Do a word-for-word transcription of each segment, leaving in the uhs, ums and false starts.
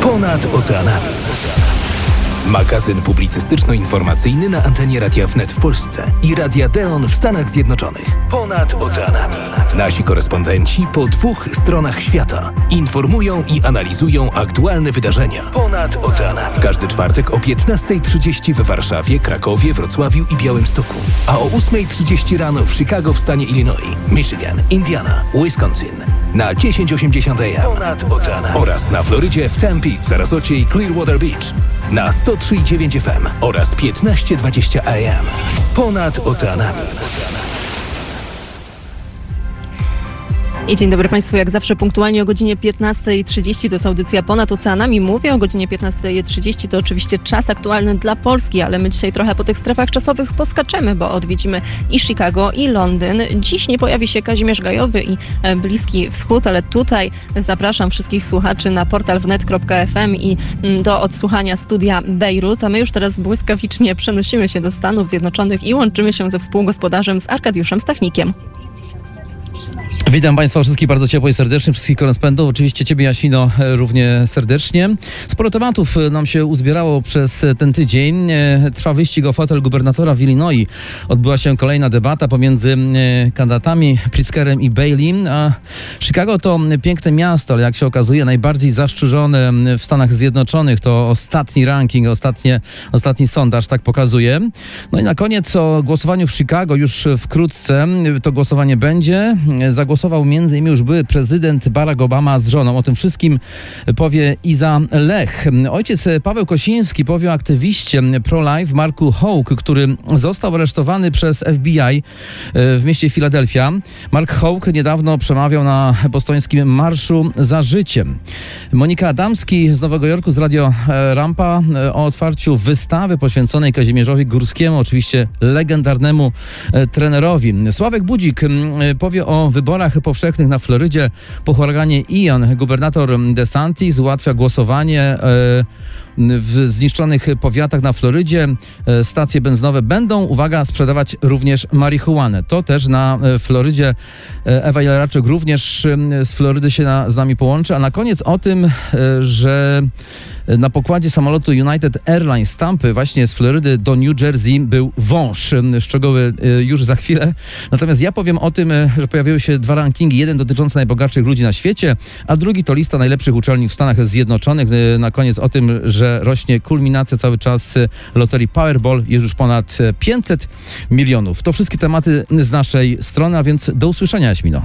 Ponad oceanami. Magazyn publicystyczno-informacyjny na antenie Radia Wnet w Polsce i Radia Deon w Stanach Zjednoczonych. Ponad oceanami. Nasi korespondenci po dwóch stronach świata informują i analizują aktualne wydarzenia. Ponad oceanami. W każdy czwartek o piętnasta trzydzieści w Warszawie, Krakowie, Wrocławiu i Białymstoku, a o ósma trzydzieści rano w Chicago w stanie Illinois, Michigan, Indiana, Wisconsin na tysiąc osiemdziesiąt A M. Ponad oceanami. Oraz na Florydzie w Tempe, Sarasocie i Clearwater Beach na sto trzy i dziewięć F M oraz piętnaście dwadzieścia A M. Ponad oceanami. I dzień dobry Państwu, jak zawsze punktualnie o godzinie piętnasta trzydzieści to jest audycja Ponad Oceanami. Mówię o godzinie piętnasta trzydzieści, to oczywiście czas aktualny dla Polski, ale my dzisiaj trochę po tych strefach czasowych poskaczemy, bo odwiedzimy i Chicago, i Londyn. Dziś nie pojawi się Kazimierz Gajowy i Bliski Wschód, ale tutaj zapraszam wszystkich słuchaczy na portal wnet kropka f m i do odsłuchania studia Bejrut, a my już teraz błyskawicznie przenosimy się do Stanów Zjednoczonych i łączymy się ze współgospodarzem, z Arkadiuszem Stachnikiem. Witam Państwa wszystkich bardzo ciepło i serdecznie, wszystkich korespondentów. Oczywiście Ciebie, Jasino, równie serdecznie. Sporo tematów nam się uzbierało przez ten tydzień. Trwa wyścig o fotel gubernatora w Illinois. Odbyła się kolejna debata pomiędzy kandydatami Pritzkerem i Bailey. A Chicago to piękne miasto, ale jak się okazuje najbardziej zaszczurzone w Stanach Zjednoczonych. To ostatni ranking, ostatnie, ostatni sondaż tak pokazuje. No i na koniec o głosowaniu w Chicago już wkrótce to głosowanie będzie. Zagłosował między innymi już były prezydent Barack Obama z żoną. O tym wszystkim powie Iza Lech. Ojciec Paweł Kosiński powie o aktywiście pro-life Marku Houck, który został aresztowany przez F B I w mieście Filadelfia. Mark Houck niedawno przemawiał na bostońskim Marszu za Życiem. Monika Adamski z Nowego Jorku z Radio Rampa o otwarciu wystawy poświęconej Kazimierzowi Górskiemu, oczywiście legendarnemu trenerowi. Sławek Budzik powie o wyborach powszechnych na Florydzie. Po huraganie Ian gubernator DeSantis ułatwia głosowanie w zniszczonych powiatach na Florydzie. Stacje benzynowe będą, uwaga, sprzedawać również marihuanę. To też na Florydzie. Ewa Jaraczek również z Florydy się na, z nami połączy. A na koniec o tym, że na pokładzie samolotu United Airlines z Tampy właśnie z Florydy do New Jersey był wąż. Szczegóły już za chwilę. Natomiast ja powiem o tym, że pojawiły się dwa rankingi. Jeden dotyczący najbogatszych ludzi na świecie, a drugi to lista najlepszych uczelni w Stanach Zjednoczonych. Na koniec o tym, że rośnie kulminacja cały czas loterii Powerball. Jest już ponad pięćset milionów. To wszystkie tematy z naszej strony, a więc do usłyszenia, Jaśmino.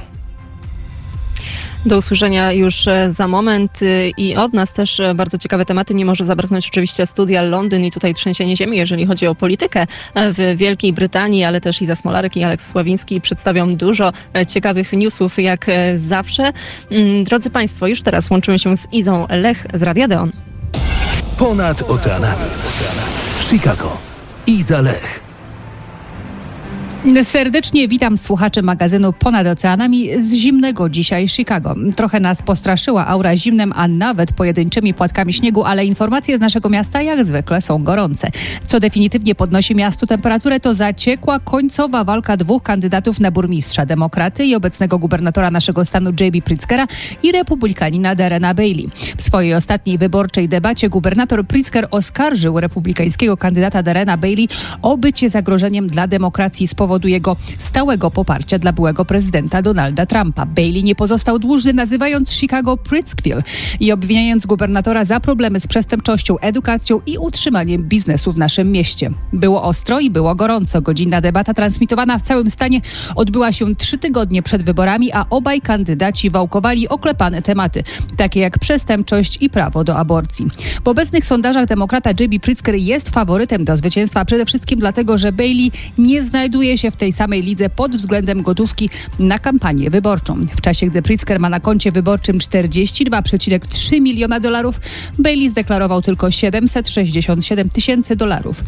Do usłyszenia już za moment i od nas też bardzo ciekawe tematy. Nie może zabraknąć oczywiście studia Londyn i tutaj trzęsienie ziemi, jeżeli chodzi o politykę w Wielkiej Brytanii, ale też Iza Smolarek i Aleks Sławiński przedstawią dużo ciekawych newsów jak zawsze. Drodzy Państwo, już teraz łączymy się z Izą Lech z Radia Deon. Ponad oceanami. Chicago. Iza Lech. Serdecznie witam słuchaczy magazynu Ponad Oceanami z zimnego dzisiaj Chicago. Trochę nas postraszyła aura zimnem, a nawet pojedynczymi płatkami śniegu, ale informacje z naszego miasta jak zwykle są gorące. Co definitywnie podnosi miastu temperaturę, to zaciekła końcowa walka dwóch kandydatów na burmistrza, demokraty i obecnego gubernatora naszego stanu J B Pritzkera i republikanina Darrena Bailey. W swojej ostatniej wyborczej debacie gubernator Pritzker oskarżył republikańskiego kandydata Darrena Bailey o bycie zagrożeniem dla demokracji z powodu jego stałego poparcia dla byłego prezydenta Donalda Trumpa. Bailey nie pozostał dłużny, nazywając Chicago Pritzkville i obwiniając gubernatora za problemy z przestępczością, edukacją i utrzymaniem biznesu w naszym mieście. Było ostro i było gorąco. Godzinna debata transmitowana w całym stanie odbyła się trzy tygodnie przed wyborami, a obaj kandydaci wałkowali oklepane tematy, takie jak przestępczość i prawo do aborcji. W obecnych sondażach demokrata J B Pritzker jest faworytem do zwycięstwa, przede wszystkim dlatego, że Bailey nie znajduje się w tej samej lidze pod względem gotówki na kampanię wyborczą. W czasie, gdy Pritzker ma na koncie wyborczym czterdzieści dwa przecinek trzy miliona dolarów, Bailey zdeklarował tylko siedemset sześćdziesiąt siedem tysięcy dolarów.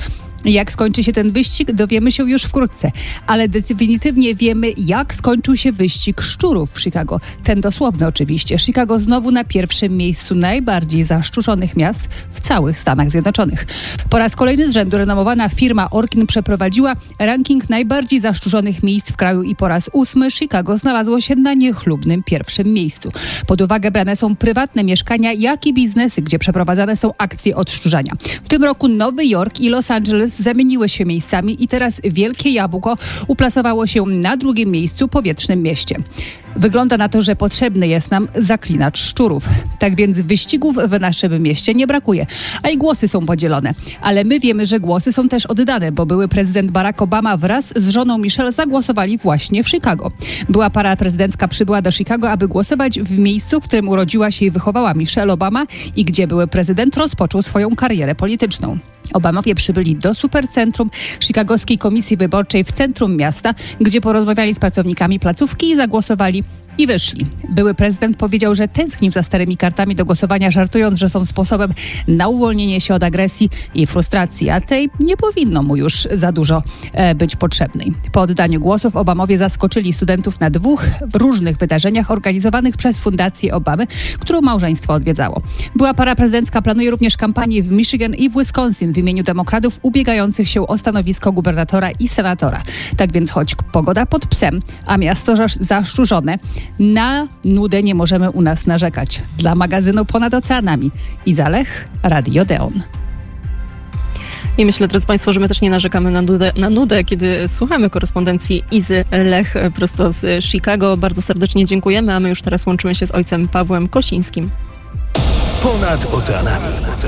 Jak skończy się ten wyścig, dowiemy się już wkrótce. Ale definitywnie wiemy, jak skończył się wyścig szczurów w Chicago. Ten dosłowny oczywiście. Chicago znowu na pierwszym miejscu najbardziej zaszczurzonych miast w całych Stanach Zjednoczonych. Po raz kolejny z rzędu renomowana firma Orkin przeprowadziła ranking najbardziej zaszczurzonych miejsc w kraju i po raz ósmy Chicago znalazło się na niechlubnym pierwszym miejscu. Pod uwagę brane są prywatne mieszkania, jak i biznesy, gdzie przeprowadzane są akcje odszczurzania. W tym roku Nowy Jork i Los Angeles zamieniły się miejscami i teraz Wielkie Jabłko uplasowało się na drugim miejscu po Wietrznym Mieście. Wygląda na to, że potrzebny jest nam zaklinacz szczurów. Tak więc wyścigów w naszym mieście nie brakuje, a i głosy są podzielone. Ale my wiemy, że głosy są też oddane, bo były prezydent Barack Obama wraz z żoną Michelle zagłosowali właśnie w Chicago. Była para prezydencka przybyła do Chicago, aby głosować w miejscu, w którym urodziła się i wychowała Michelle Obama i gdzie były prezydent rozpoczął swoją karierę polityczną. Obamowie przybyli do supercentrum Chicagowskiej Komisji Wyborczej w centrum miasta, gdzie porozmawiali z pracownikami placówki i zagłosowali i wyszli. Były prezydent powiedział, że tęsknił za starymi kartami do głosowania, żartując, że są sposobem na uwolnienie się od agresji i frustracji, a tej nie powinno mu już za dużo e, być potrzebnej. Po oddaniu głosów Obamowie zaskoczyli studentów na dwóch różnych wydarzeniach organizowanych przez Fundację Obamy, którą małżeństwo odwiedzało. Była para prezydencka planuje również kampanię w Michigan i w Wisconsin w imieniu demokratów ubiegających się o stanowisko gubernatora i senatora. Tak więc choć pogoda pod psem, a miasto zaszczurzone, na nudę nie możemy u nas narzekać. Dla magazynu Ponad Oceanami Iza Lech, Radio Deon. I myślę, drodzy Państwo, że my też nie narzekamy na nudę, na nudę, kiedy słuchamy korespondencji Izy Lech prosto z Chicago. Bardzo serdecznie dziękujemy, a my już teraz łączymy się z ojcem Pawłem Kosińskim. Ponad Oceanami.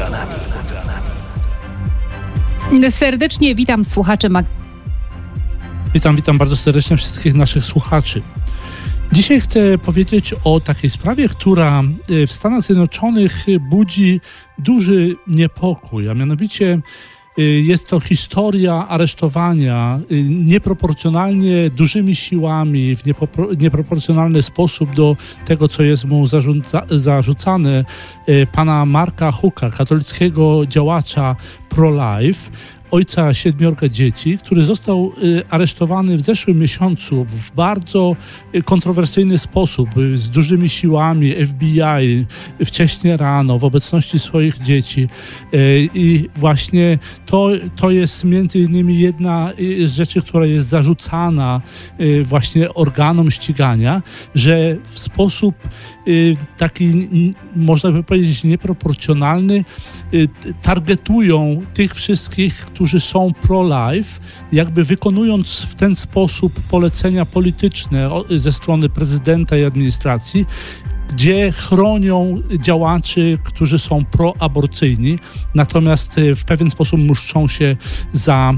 Serdecznie witam słuchaczy mag- Witam, witam bardzo serdecznie wszystkich naszych słuchaczy. Dzisiaj chcę powiedzieć o takiej sprawie, która w Stanach Zjednoczonych budzi duży niepokój, a mianowicie jest to historia aresztowania nieproporcjonalnie dużymi siłami, w niepopro- nieproporcjonalny sposób do tego, co jest mu zarzuca- zarzucane, pana Marka Hooka, katolickiego działacza pro-life, ojca siedmiorga dzieci, który został aresztowany w zeszłym miesiącu w bardzo kontrowersyjny sposób, z dużymi siłami F B I, wcześnie rano, w obecności swoich dzieci. I właśnie to, to jest między innymi jedna z rzeczy, która jest zarzucana właśnie organom ścigania, że w sposób taki, można by powiedzieć, nieproporcjonalny targetują tych wszystkich, którzy są pro-life, jakby wykonując w ten sposób polecenia polityczne ze strony prezydenta i administracji, gdzie chronią działaczy, którzy są proaborcyjni, natomiast w pewien sposób muszczą się za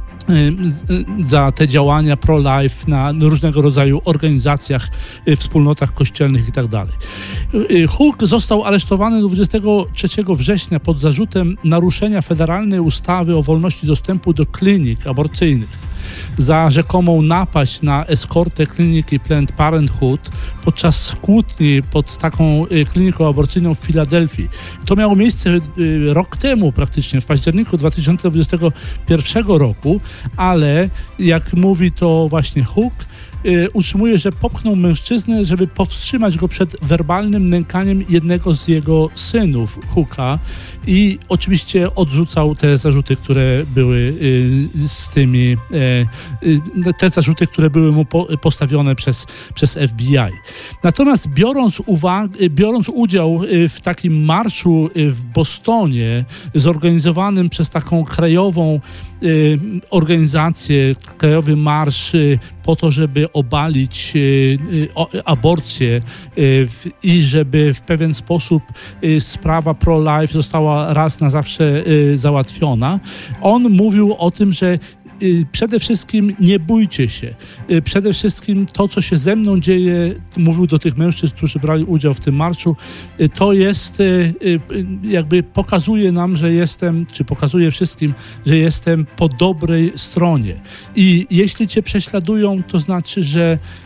za te działania pro-life na różnego rodzaju organizacjach, wspólnotach kościelnych i tak dalej. Hook został aresztowany dwudziestego trzeciego września pod zarzutem naruszenia federalnej ustawy o wolności dostępu do klinik aborcyjnych za rzekomą napaść na eskortę kliniki Planned Parenthood podczas kłótni pod taką kliniką aborcyjną w Filadelfii. To miało miejsce rok temu praktycznie, w październiku dwa tysiące dwudziestego pierwszego roku, ale jak mówi to właśnie Hook, utrzymuje, że popchnął mężczyznę, żeby powstrzymać go przed werbalnym nękaniem jednego z jego synów, Hooka, i oczywiście odrzucał te zarzuty, które były z tymi, te zarzuty, które były mu postawione przez, przez F B I. Natomiast biorąc, uwag- biorąc udział w takim marszu w Bostonie, zorganizowanym przez taką krajową organizację, krajowy marsz po to, żeby obalić aborcję i żeby w pewien sposób sprawa pro-life została raz na zawsze załatwiona. On mówił o tym, że przede wszystkim nie bójcie się. Przede wszystkim to, co się ze mną dzieje, mówił do tych mężczyzn, którzy brali udział w tym marszu, to jest, jakby pokazuje nam, że jestem, czy pokazuje wszystkim, że jestem po dobrej stronie. I jeśli cię prześladują, to znaczy, że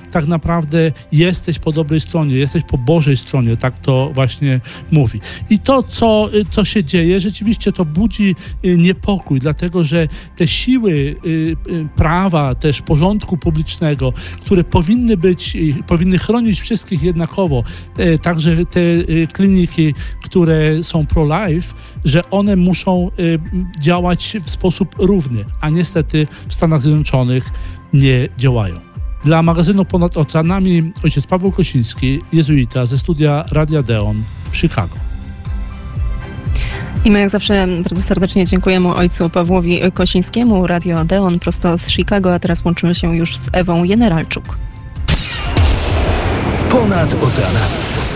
tak naprawdę jesteś po dobrej stronie, jesteś po Bożej stronie, tak to właśnie mówi. I to, co, co się dzieje, rzeczywiście to budzi niepokój, dlatego że te siły prawa, też porządku publicznego, które powinny być, powinny chronić wszystkich jednakowo, także te kliniki, które są pro-life, że one muszą działać w sposób równy, a niestety w Stanach Zjednoczonych nie działają. Dla magazynu Ponad Oceanami ojciec Paweł Kosiński, jezuita ze studia Radia Deon w Chicago. I my jak zawsze bardzo serdecznie dziękujemy ojcu Pawłowi Kosińskiemu, Radio Deon prosto z Chicago, a teraz łączymy się już z Ewą Jeneralczuk. Ponad oceanami.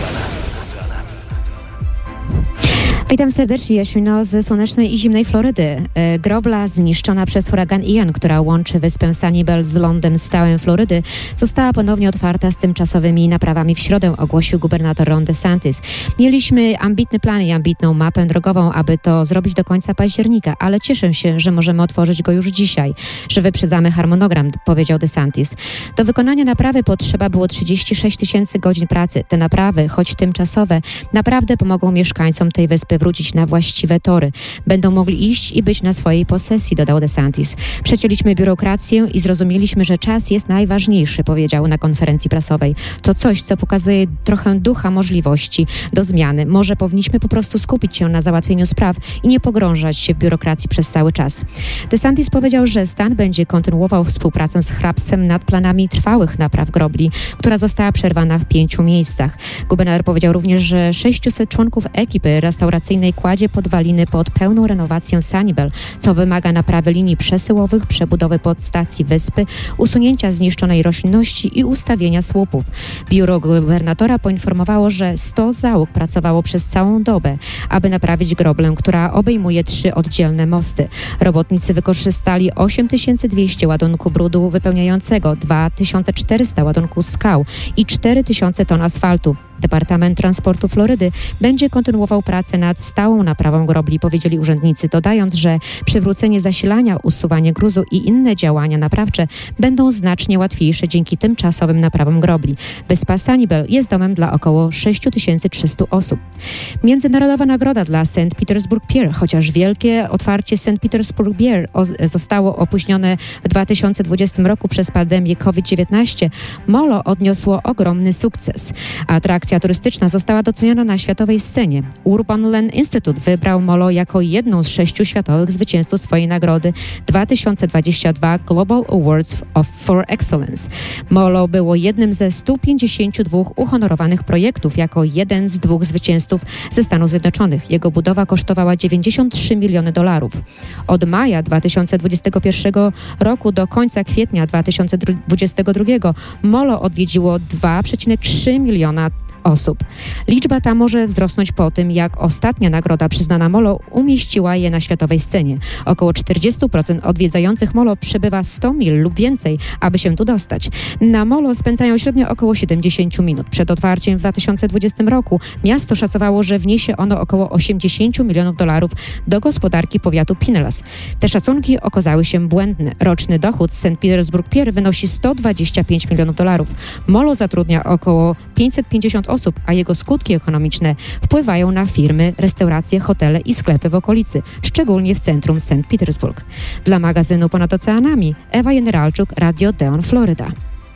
Witam serdecznie, Jaśmino, ze słonecznej i zimnej Florydy. Grobla zniszczona przez huragan Ian, która łączy wyspę Sanibel z lądem stałym Florydy, została ponownie otwarta z tymczasowymi naprawami w środę, ogłosił gubernator Ron DeSantis. Mieliśmy ambitny plan i ambitną mapę drogową, aby to zrobić do końca października, ale cieszę się, że możemy otworzyć go już dzisiaj, że wyprzedzamy harmonogram, powiedział DeSantis. Do wykonania naprawy potrzeba było trzydzieści sześć tysięcy godzin pracy. Te naprawy, choć tymczasowe, naprawdę pomogą mieszkańcom tej wyspy wrócić na właściwe tory. Będą mogli iść i być na swojej posesji, dodał DeSantis. Przecięliśmy biurokrację i zrozumieliśmy, że czas jest najważniejszy, powiedział na konferencji prasowej. To coś, co pokazuje trochę ducha możliwości do zmiany. Może powinniśmy po prostu skupić się na załatwieniu spraw i nie pogrążać się w biurokracji przez cały czas. DeSantis powiedział, że stan będzie kontynuował współpracę z hrabstwem nad planami trwałych napraw grobli, która została przerwana w pięciu miejscach. Gubernator powiedział również, że sześciuset członków ekipy restauracyjnej kładzie podwaliny pod pełną renowację Sanibel, co wymaga naprawy linii przesyłowych, przebudowy podstacji wyspy, usunięcia zniszczonej roślinności i ustawienia słupów. Biuro gubernatora poinformowało, że sto załóg pracowało przez całą dobę, aby naprawić groblę, która obejmuje trzy oddzielne mosty. Robotnicy wykorzystali osiem tysięcy dwieście ładunków brudu wypełniającego, dwa tysiące czterysta ładunków skał i cztery tysiące ton asfaltu. Departament Transportu Florydy będzie kontynuował pracę nad stałą naprawą grobli, powiedzieli urzędnicy, dodając, że przywrócenie zasilania, usuwanie gruzu i inne działania naprawcze będą znacznie łatwiejsze dzięki tymczasowym naprawom grobli. Wyspa Sanibel jest domem dla około sześć tysięcy trzysta osób. Międzynarodowa nagroda dla Saint Petersburg Pier, chociaż wielkie otwarcie Saint Petersburg Pier zostało opóźnione w dwa tysiące dwudziestym roku przez pandemię COVID dziewiętnaście, Molo odniosło ogromny sukces. Atrakcja turystyczna została doceniona na światowej scenie. Urban Land Institute wybrał Molo jako jedną z sześciu światowych zwycięzców swojej nagrody dwa tysiące dwudziestego drugiego Global Awards for Excellence. Molo było jednym ze stu pięćdziesięciu dwóch uhonorowanych projektów jako jeden z dwóch zwycięzców ze Stanów Zjednoczonych. Jego budowa kosztowała dziewięćdziesiąt trzy miliony dolarów. Od maja dwa tysiące dwudziestego pierwszego roku do końca kwietnia dwa tysiące dwudziestego drugiego Molo odwiedziło dwa przecinek trzy miliona osób. Liczba ta może wzrosnąć po tym, jak ostatnia nagroda przyznana Molo umieściła je na światowej scenie. Około czterdzieści procent odwiedzających Molo przebywa sto mil lub więcej, aby się tu dostać. Na Molo spędzają średnio około siedemdziesiąt minut. Przed otwarciem w dwa tysiące dwudziestym roku miasto szacowało, że wniesie ono około osiemdziesiąt milionów dolarów do gospodarki powiatu Pinellas. Te szacunki okazały się błędne. Roczny dochód z Saint Petersburg Pier wynosi sto dwadzieścia pięć milionów dolarów. Molo zatrudnia około pięćset pięćdziesiąt osób, a jego skutki ekonomiczne wpływają na firmy, restauracje, hotele i sklepy w okolicy, szczególnie w centrum Saint Petersburg. Dla magazynu Ponad Oceanami Ewa Jeneralczuk, Radio Deon, Floryda.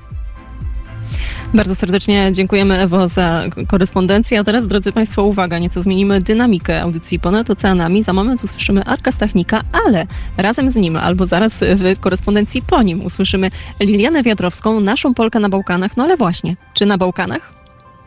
Bardzo serdecznie dziękujemy, Ewo, za korespondencję. A teraz, drodzy Państwo, uwaga, nieco zmienimy dynamikę audycji Ponad Oceanami. Za moment usłyszymy Arka Stachnika, ale razem z nim, albo zaraz w korespondencji po nim usłyszymy Lilianę Wiatrowską, naszą Polkę na Bałkanach. No ale właśnie, czy na Bałkanach?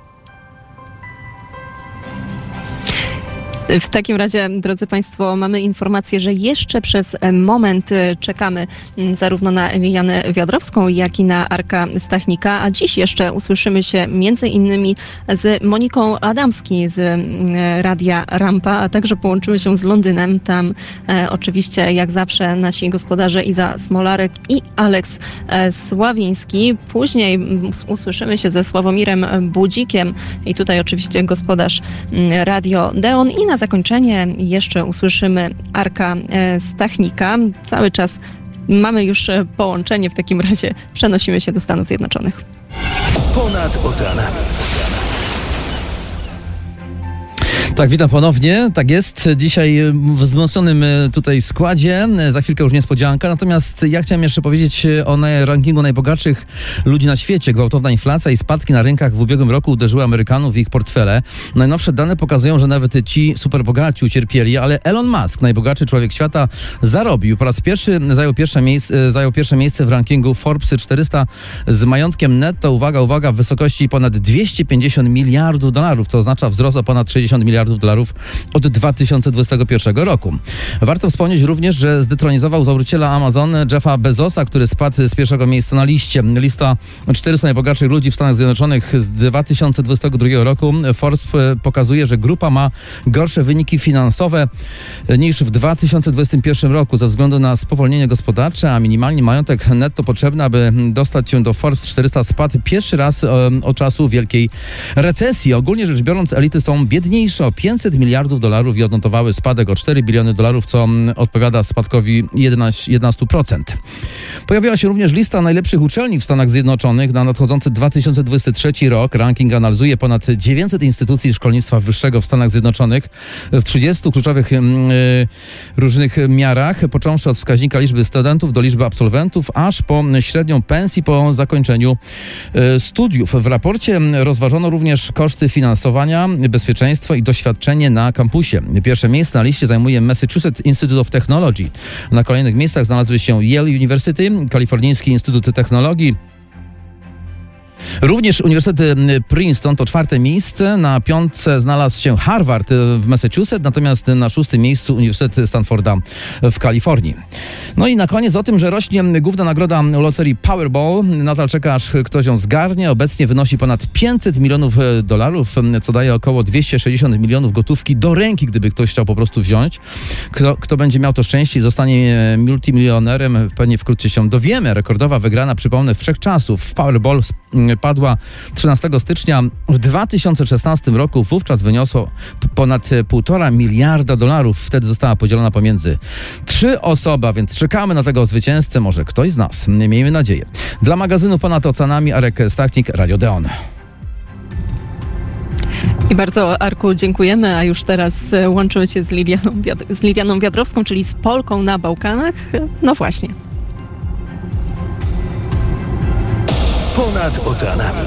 W takim razie, drodzy Państwo, mamy informację, że jeszcze przez moment czekamy zarówno na Lilianę Wiatrowską, jak i na Arka Stachnika, a dziś jeszcze usłyszymy się między innymi z Moniką Adamski z Radia Rampa, a także połączymy się z Londynem. Tam e, oczywiście, jak zawsze, nasi gospodarze Iza Smolarek i Aleks e, Sławiński. Później usłyszymy się ze Sławomirem Budzikiem i tutaj oczywiście gospodarz m, Radio Deon i na zakończenie jeszcze usłyszymy Arka Stachnika. Cały czas mamy już połączenie, w takim razie przenosimy się do Stanów Zjednoczonych. Ponad oceanami. Tak, witam ponownie. Tak jest. Dzisiaj w wzmocnionym tutaj składzie. Za chwilkę już niespodzianka. Natomiast ja chciałem jeszcze powiedzieć o rankingu najbogatszych ludzi na świecie. Gwałtowna inflacja i spadki na rynkach w ubiegłym roku uderzyły Amerykanów w ich portfele. Najnowsze dane pokazują, że nawet ci superbogaci ucierpieli, ale Elon Musk, najbogatszy człowiek świata, zarobił. Po raz pierwszy zajął pierwsze miejsce, zajął pierwsze miejsce w rankingu Forbes czterysta z majątkiem netto, uwaga, uwaga, w wysokości ponad dwieście pięćdziesiąt miliardów dolarów, co oznacza wzrost o ponad sześćdziesiąt miliardów dolarów od dwa tysiące dwudziestego pierwszego roku. Warto wspomnieć również, że zdetronizował założyciela Amazon Jeffa Bezosa, który spadł z pierwszego miejsca na liście. Lista czterystu najbogatszych ludzi w Stanach Zjednoczonych z dwa tysiące dwudziestego drugiego roku Forbes pokazuje, że grupa ma gorsze wyniki finansowe niż w dwa tysiące dwudziestym pierwszym roku ze względu na spowolnienie gospodarcze, a minimalny majątek netto potrzebny, aby dostać się do Forbes czterysta, spadł pierwszy raz od czasu wielkiej recesji. Ogólnie rzecz biorąc, elity są biedniejsze o pięćset miliardów dolarów i odnotowały spadek o cztery biliony dolarów, co odpowiada spadkowi jedenaście procent. Pojawiła się również lista najlepszych uczelni w Stanach Zjednoczonych na nadchodzący dwa tysiące dwudziesty trzeci rok. Ranking analizuje ponad dziewięćset instytucji szkolnictwa wyższego w Stanach Zjednoczonych w trzydziestu kluczowych yy, różnych miarach, począwszy od wskaźnika liczby studentów do liczby absolwentów, aż po średnią pensji po zakończeniu yy, studiów. W raporcie rozważono również koszty finansowania, bezpieczeństwo i doświadczenie na kampusie. Pierwsze miejsce na liście zajmuje Massachusetts Institute of Technology. Na kolejnych miejscach znalazły się Yale University, Kalifornijski Instytut Technologii, również Uniwersytet Princeton to czwarte miejsce. Na piątce znalazł się Harvard w Massachusetts, natomiast na szóstym miejscu Uniwersytet Stanforda w Kalifornii. No i na koniec o tym, że rośnie główna nagroda loterii Powerball. Nadal czeka, aż ktoś ją zgarnie. Obecnie wynosi ponad pięćset milionów dolarów, co daje około dwieście sześćdziesiąt milionów gotówki do ręki, gdyby ktoś chciał po prostu wziąć. Kto, kto będzie miał to szczęście i zostanie multimilionerem, pewnie wkrótce się dowiemy. Rekordowa wygrana, przypomnę, wszechczasów w Powerball padła trzynastego stycznia w dwa tysiące szesnastym roku. Wówczas wyniosło ponad półtora miliarda dolarów. Wtedy została podzielona pomiędzy trzy osoby, więc czekamy na tego zwycięzcę. Może ktoś z nas. Miejmy nadzieję. Dla magazynu Ponad Oceanami Arek Stachnik, Radio Deon. I bardzo, Arku, dziękujemy, a już teraz łączymy się z Lilianą, z Lilianą Wiadrowską, czyli z Polką na Bałkanach. No właśnie. Ponad oceanami.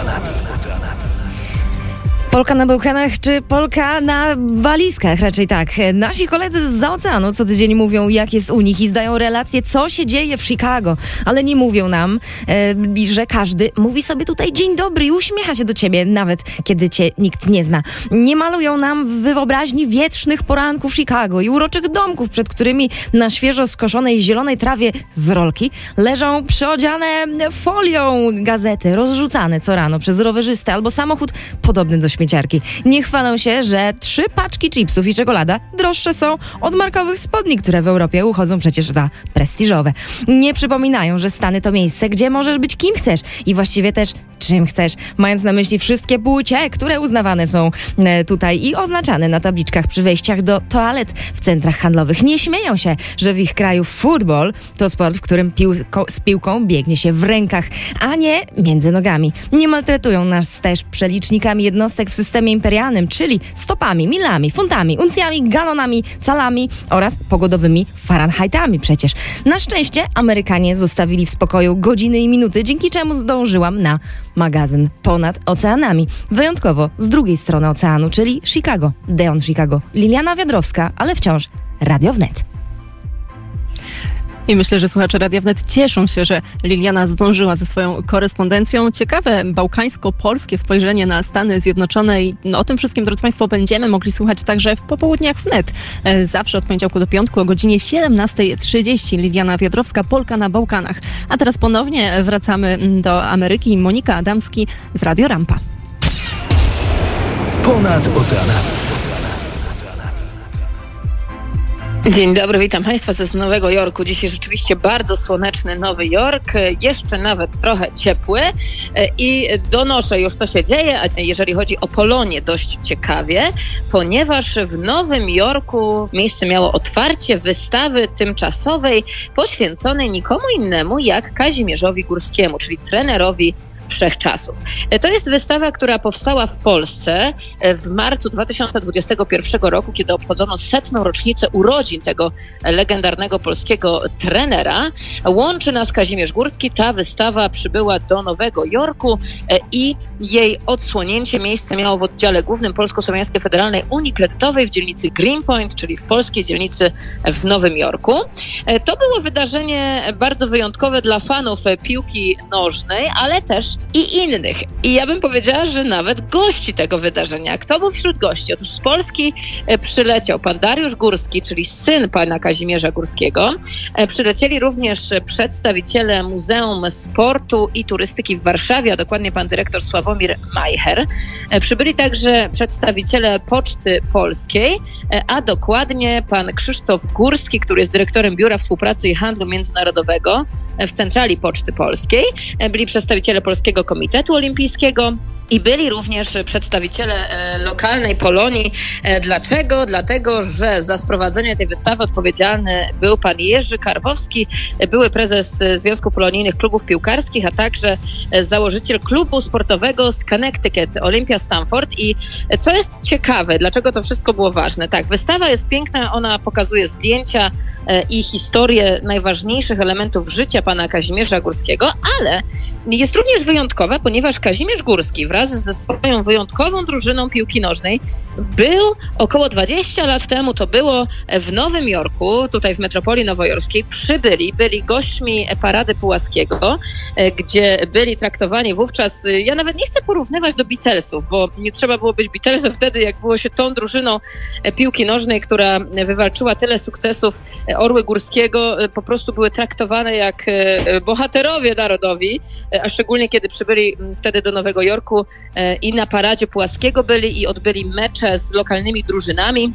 Polka na Bałkanach czy Polka na walizkach? Raczej tak. Nasi koledzy zza oceanu co tydzień mówią, jak jest u nich i zdają relacje, co się dzieje w Chicago. Ale nie mówią nam, e, że każdy mówi sobie tutaj dzień dobry i uśmiecha się do ciebie, nawet kiedy cię nikt nie zna. Nie malują nam w wyobraźni wietrznych poranków Chicago i uroczych domków, przed którymi na świeżo skoszonej zielonej trawie z rolki leżą przyodziane folią gazety, rozrzucane co rano przez rowerzystę albo samochód podobny do śmieciarki. Nie chwalą się, że trzy paczki chipsów i czekolada droższe są od markowych spodni, które w Europie uchodzą przecież za prestiżowe. Nie przypominają, że Stany to miejsce, gdzie możesz być kim chcesz i właściwie też czym chcesz, mając na myśli wszystkie płcie, które uznawane są tutaj i oznaczane na tabliczkach przy wejściach do toalet w centrach handlowych. Nie śmieją się, że w ich kraju futbol to sport, w którym piłko, z piłką biegnie się w rękach, a nie między nogami. Nie maltretują nas też przelicznikami jednostek w systemie imperialnym, czyli stopami, milami, funtami, uncjami, galonami, calami oraz pogodowymi Fahrenheitami przecież. Na szczęście Amerykanie zostawili w spokoju godziny i minuty, dzięki czemu zdążyłam na magazyn Ponad Oceanami. Wyjątkowo z drugiej strony oceanu, czyli Chicago. Deon Chicago. Liliana Wiadrowska, ale wciąż Radio Wnet. I myślę, że słuchacze Radia Wnet cieszą się, że Liliana zdążyła ze swoją korespondencją. Ciekawe bałkańsko-polskie spojrzenie na Stany Zjednoczone i no, o tym wszystkim, drodzy Państwo, będziemy mogli słuchać także w popołudniach Wnet. Zawsze od poniedziałku do piątku o godzinie siedemnasta trzydzieści. Liliana Wiadrowska, Polka na Bałkanach. A teraz ponownie wracamy do Ameryki. Monika Adamski z Radio Rampa. Ponad oceanami. Dzień dobry, witam Państwa z Nowego Jorku. Dzisiaj rzeczywiście bardzo słoneczny Nowy Jork, jeszcze nawet trochę ciepły i donoszę już, co się dzieje, a jeżeli chodzi o Polonię, dość ciekawie, ponieważ w Nowym Jorku miejsce miało otwarcie wystawy tymczasowej poświęconej nikomu innemu jak Kazimierzowi Górskiemu, czyli trenerowi wszechczasów. To jest wystawa, która powstała w Polsce w marcu dwa tysiące dwudziestego pierwszego roku, kiedy obchodzono setną rocznicę urodzin tego legendarnego polskiego trenera. Łączy nas Kazimierz Górski. Ta wystawa przybyła do Nowego Jorku i jej odsłonięcie miejsce miało w oddziale głównym Polsko-Słowiańskiej Federalnej Unii Kredytowej w dzielnicy Greenpoint, czyli w polskiej dzielnicy w Nowym Jorku. To było wydarzenie bardzo wyjątkowe dla fanów piłki nożnej, ale też i innych. I ja bym powiedziała, że nawet gości tego wydarzenia. Kto był wśród gości? Otóż z Polski przyleciał pan Dariusz Górski, czyli syn pana Kazimierza Górskiego. Przylecieli również przedstawiciele Muzeum Sportu i Turystyki w Warszawie, a dokładnie pan dyrektor Sławomir Majcher. Przybyli także przedstawiciele Poczty Polskiej, a dokładnie pan Krzysztof Górski, który jest dyrektorem Biura Współpracy i Handlu Międzynarodowego w Centrali Poczty Polskiej. Byli przedstawiciele Polskiego Komitetu Olimpijskiego i byli również przedstawiciele lokalnej Polonii. Dlaczego? Dlatego, że za sprowadzenie tej wystawy odpowiedzialny był pan Jerzy Karbowski, były prezes Związku Polonijnych Klubów Piłkarskich, a także założyciel klubu sportowego z Connecticut, Olympia Stanford. I co jest ciekawe, dlaczego to wszystko było ważne? Tak, wystawa jest piękna, ona pokazuje zdjęcia i historię najważniejszych elementów życia pana Kazimierza Górskiego, ale jest również wyjątkowa, ponieważ Kazimierz Górski wraz ze swoją wyjątkową drużyną piłki nożnej był około dwadzieścia lat temu, to było w Nowym Jorku, tutaj w metropolii nowojorskiej, przybyli, byli gośćmi Parady Pułaskiego, gdzie byli traktowani wówczas, ja nawet nie chcę porównywać do Beatlesów, bo nie trzeba było być Beatlesem wtedy, jak było się tą drużyną piłki nożnej, która wywalczyła tyle sukcesów. Orły Górskiego po prostu były traktowane jak bohaterowie narodowi, a szczególnie kiedy przybyli wtedy do Nowego Jorku i na Paradzie Pułaskiego byli i odbyli mecze z lokalnymi drużynami.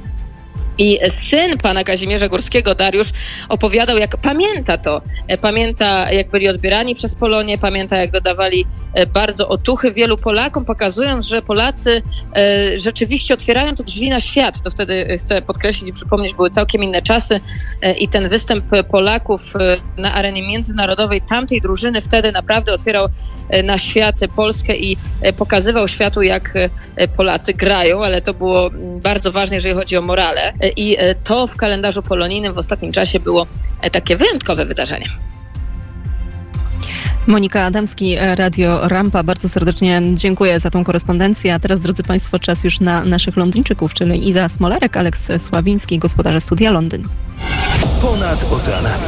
I syn pana Kazimierza Górskiego, Dariusz, opowiadał, jak pamięta to. Pamięta, jak byli odbierani przez Polonię, pamięta, jak dodawali bardzo otuchy wielu Polakom, pokazując, że Polacy e, rzeczywiście otwierają te drzwi na świat. To wtedy, chcę podkreślić i przypomnieć, były całkiem inne czasy e, i ten występ Polaków e, na arenie międzynarodowej tamtej drużyny wtedy naprawdę otwierał e, na świat Polskę i e, pokazywał światu, jak e, Polacy grają, ale to było bardzo ważne, jeżeli chodzi o morale. E, I e, to w kalendarzu polonijnym w ostatnim czasie było e, takie wyjątkowe wydarzenie. Monika Adamski, Radio Rampa. Bardzo serdecznie dziękuję za tą korespondencję. A teraz, drodzy Państwo, czas już na naszych Londyńczyków, czyli Iza Smolarek, Aleks Sławiński, gospodarze Studia Londyn. Ponad oceanami.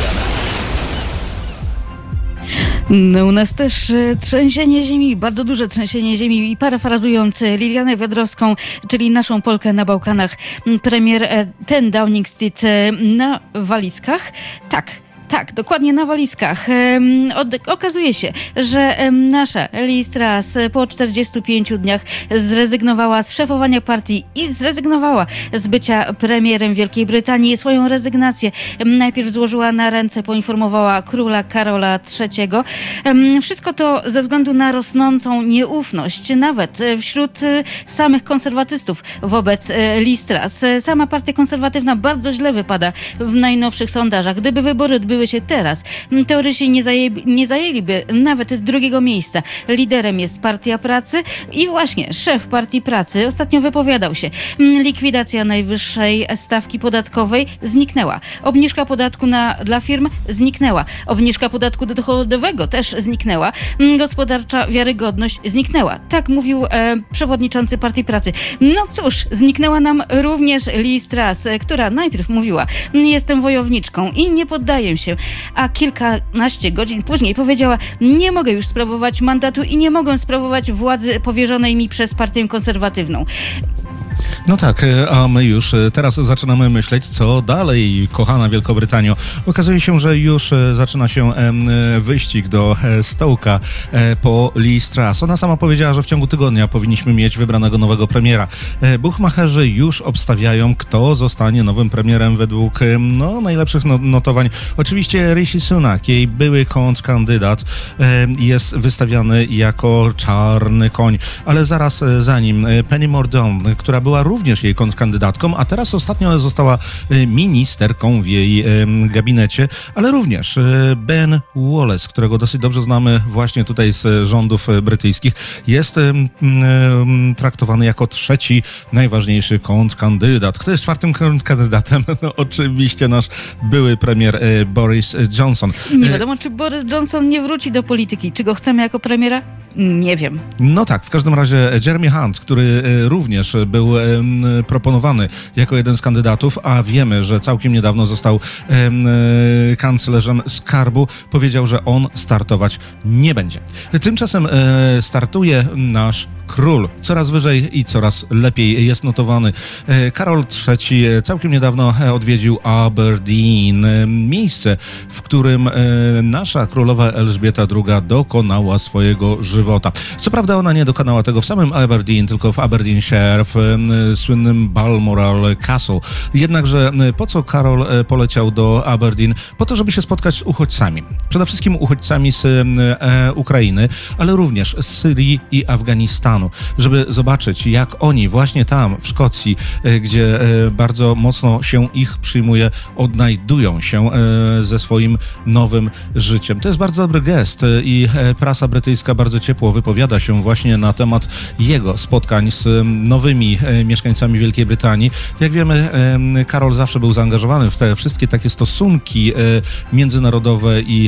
No, u nas też e, trzęsienie ziemi, bardzo duże trzęsienie ziemi i parafrazując Lilianę Wiadrowską, czyli naszą Polkę na Bałkanach, premier e, ten Downing Street e, na walizkach. Tak. Tak, dokładnie na walizkach. Um, od, okazuje się, że um, nasza Liz Truss po czterdziestu pięciu dniach zrezygnowała z szefowania partii i zrezygnowała z bycia premierem Wielkiej Brytanii. Swoją rezygnację um, najpierw złożyła na ręce, poinformowała króla Karola trzeciego. Um, wszystko to ze względu na rosnącą nieufność, nawet wśród um, samych konserwatystów wobec um, Liz Truss. Sama partia konserwatywna bardzo źle wypada w najnowszych sondażach. Gdyby wybory odbyły się teraz, teoretycznie nie, zaje- nie zajęliby nawet drugiego miejsca. Liderem jest Partia Pracy i właśnie szef Partii Pracy ostatnio wypowiadał się. Likwidacja najwyższej stawki podatkowej zniknęła. Obniżka podatku na, dla firm zniknęła. Obniżka podatku dochodowego też zniknęła. Gospodarcza wiarygodność zniknęła. Tak mówił e, przewodniczący Partii Pracy. No cóż, zniknęła nam również Liz Truss, która najpierw mówiła: jestem wojowniczką i nie poddaję się. A kilkanaście godzin później powiedziała: nie mogę już sprawować mandatu i nie mogę sprawować władzy powierzonej mi przez partię konserwatywną. No tak, a my już teraz zaczynamy myśleć, co dalej, kochana Wielkobrytanio. Okazuje się, że już zaczyna się wyścig do stołka po Liz Truss. Ona sama powiedziała, że w ciągu tygodnia powinniśmy mieć wybranego nowego premiera. Buchmacherzy już obstawiają, kto zostanie nowym premierem według no, najlepszych notowań. Oczywiście Rishi Sunak, jej były kontrkandydat, jest wystawiany jako czarny koń. Ale zaraz za nim Penny Mordaunt, która była była również jej kontrkandydatką, a teraz ostatnio została ministerką w jej gabinecie, ale również Ben Wallace, którego dosyć dobrze znamy właśnie tutaj z rządów brytyjskich, jest traktowany jako trzeci najważniejszy kontrkandydat. Kto jest czwartym kontrkandydatem? No oczywiście nasz były premier Boris Johnson. Nie wiadomo, czy Boris Johnson nie wróci do polityki. Czy go chcemy jako premiera? Nie wiem. No tak, w każdym razie Jeremy Hunt, który również był proponowany jako jeden z kandydatów, a wiemy, że całkiem niedawno został kanclerzem skarbu, powiedział, że on startować nie będzie. Tymczasem startuje nasz król. Coraz wyżej i coraz lepiej jest notowany. Karol trzeci całkiem niedawno odwiedził Aberdeen, miejsce, w którym nasza królowa Elżbieta druga dokonała swojego żywota. Co prawda ona nie dokonała tego w samym Aberdeen, tylko w Aberdeenshire, w słynnym Balmoral Castle. Jednakże po co Karol poleciał do Aberdeen? Po to, żeby się spotkać z uchodźcami. Przede wszystkim uchodźcami z e, Ukrainy, ale również z Syrii i Afganistanu, żeby zobaczyć, jak oni właśnie tam w Szkocji, gdzie bardzo mocno się ich przyjmuje, odnajdują się ze swoim nowym życiem. To jest bardzo dobry gest i prasa brytyjska bardzo ciepło wypowiada się właśnie na temat jego spotkań z nowymi mieszkańcami Wielkiej Brytanii. Jak wiemy, Karol zawsze był zaangażowany w te wszystkie takie stosunki międzynarodowe i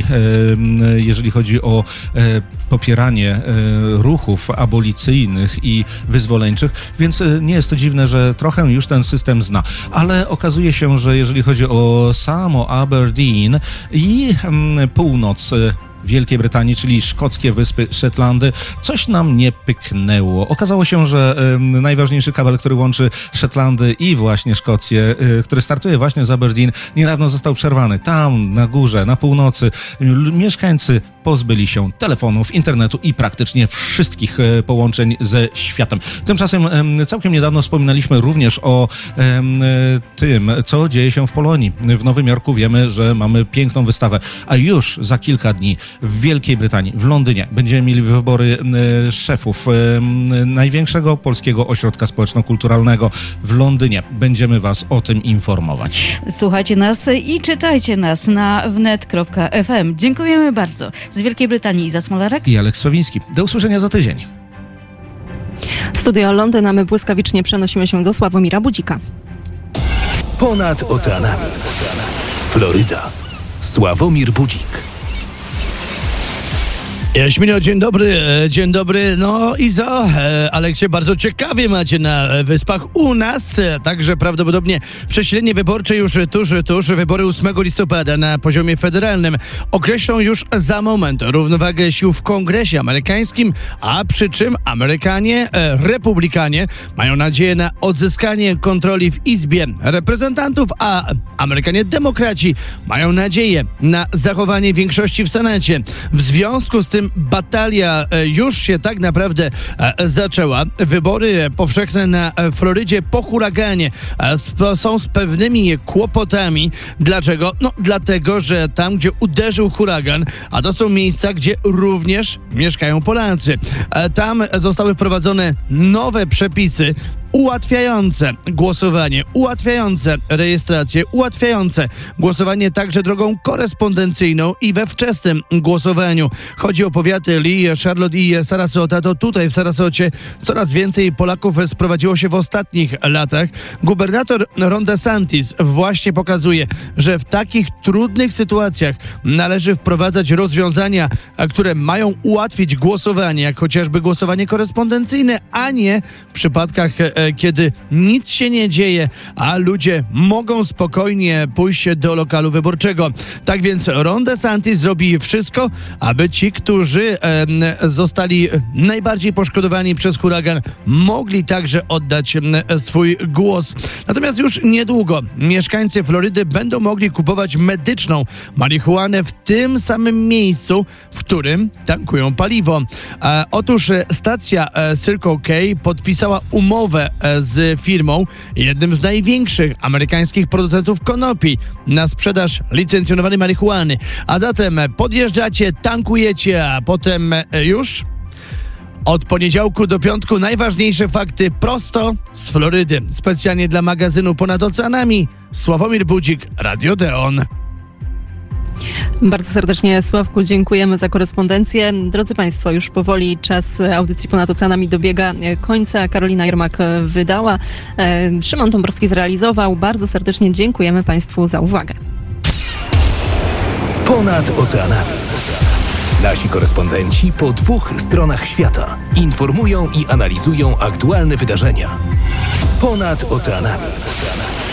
jeżeli chodzi o popieranie ruchów abolicyjnych i wyzwoleńczych, więc nie jest to dziwne, że trochę już ten system zna. Ale okazuje się, że jeżeli chodzi o samo Aberdeen i północ Wielkiej Brytanii, czyli szkockie wyspy Szetlandy, coś nam nie pyknęło. Okazało się, że y, najważniejszy kabel, który łączy Szetlandy i właśnie Szkocję, y, który startuje właśnie z Aberdeen, niedawno został przerwany. Tam, na górze, na północy, y, mieszkańcy pozbyli się telefonów, internetu i praktycznie wszystkich y, połączeń ze światem. Tymczasem y, całkiem niedawno wspominaliśmy również o y, y, tym, co dzieje się w Polonii. W Nowym Jorku wiemy, że mamy piękną wystawę, a już za kilka dni w Wielkiej Brytanii, w Londynie będziemy mieli wybory y, szefów y, największego polskiego ośrodka społeczno-kulturalnego w Londynie. Będziemy was o tym informować. Słuchajcie nas i czytajcie nas na wnet kropka ef em. Dziękujemy bardzo. Z Wielkiej Brytanii Iza Smolarek i Aleks Sowiński. Do usłyszenia za tydzień. Studio Londyn, a my błyskawicznie przenosimy się do Sławomira Budzika. Ponad oceanami. Floryda. Sławomir Budzik. Jaśmino, dzień dobry, dzień dobry. No Izo, Aleksie, bardzo ciekawie macie na Wyspach u nas, także prawdopodobnie przesilenie wyborcze już tuż, tuż. Wybory ósmego listopada na poziomie federalnym określą już za moment równowagę sił w Kongresie amerykańskim, a przy czym Amerykanie, republikanie mają nadzieję na odzyskanie kontroli w Izbie Reprezentantów, a Amerykanie demokraci mają nadzieję na zachowanie większości w Senacie. W związku z tym batalia już się tak naprawdę zaczęła. Wybory powszechne na Florydzie po huraganie są z pewnymi kłopotami. Dlaczego? No dlatego, że tam, gdzie uderzył huragan, a to są miejsca, gdzie również mieszkają Polacy, tam zostały wprowadzone nowe przepisy ułatwiające głosowanie, ułatwiające rejestrację, ułatwiające głosowanie także drogą korespondencyjną i we wczesnym głosowaniu. Chodzi o powiaty Lee, Charlotte i Sarasota. To tutaj w Sarasocie coraz więcej Polaków sprowadziło się w ostatnich latach. Gubernator Ron DeSantis właśnie pokazuje, że w takich trudnych sytuacjach należy wprowadzać rozwiązania, które mają ułatwić głosowanie, jak chociażby głosowanie korespondencyjne, a nie w przypadkach kiedy nic się nie dzieje, a ludzie mogą spokojnie pójść do lokalu wyborczego. Tak więc Ron DeSantis zrobi wszystko, aby ci, którzy e, zostali najbardziej poszkodowani przez huragan, mogli także oddać e, swój głos. Natomiast już niedługo mieszkańcy Florydy będą mogli kupować medyczną marihuanę w tym samym miejscu, w którym tankują paliwo. E, otóż stacja e, Circle K podpisała umowę z firmą, jednym z największych amerykańskich producentów konopi, na sprzedaż licencjonowanej marihuany. A zatem podjeżdżacie, tankujecie, a potem już Od poniedziałku do piątku najważniejsze fakty prosto z Florydy. Specjalnie dla magazynu Ponad Oceanami Sławomir Budzik, Radio Deon. Bardzo serdecznie, Sławku, dziękujemy za korespondencję. Drodzy Państwo, już powoli czas audycji Ponad Oceanami dobiega końca. Karolina Jermak wydała, Szymon Dąbrowski zrealizował. Bardzo serdecznie dziękujemy Państwu za uwagę. Ponad Oceanami. Nasi korespondenci po dwóch stronach świata informują i analizują aktualne wydarzenia. Ponad Oceanami.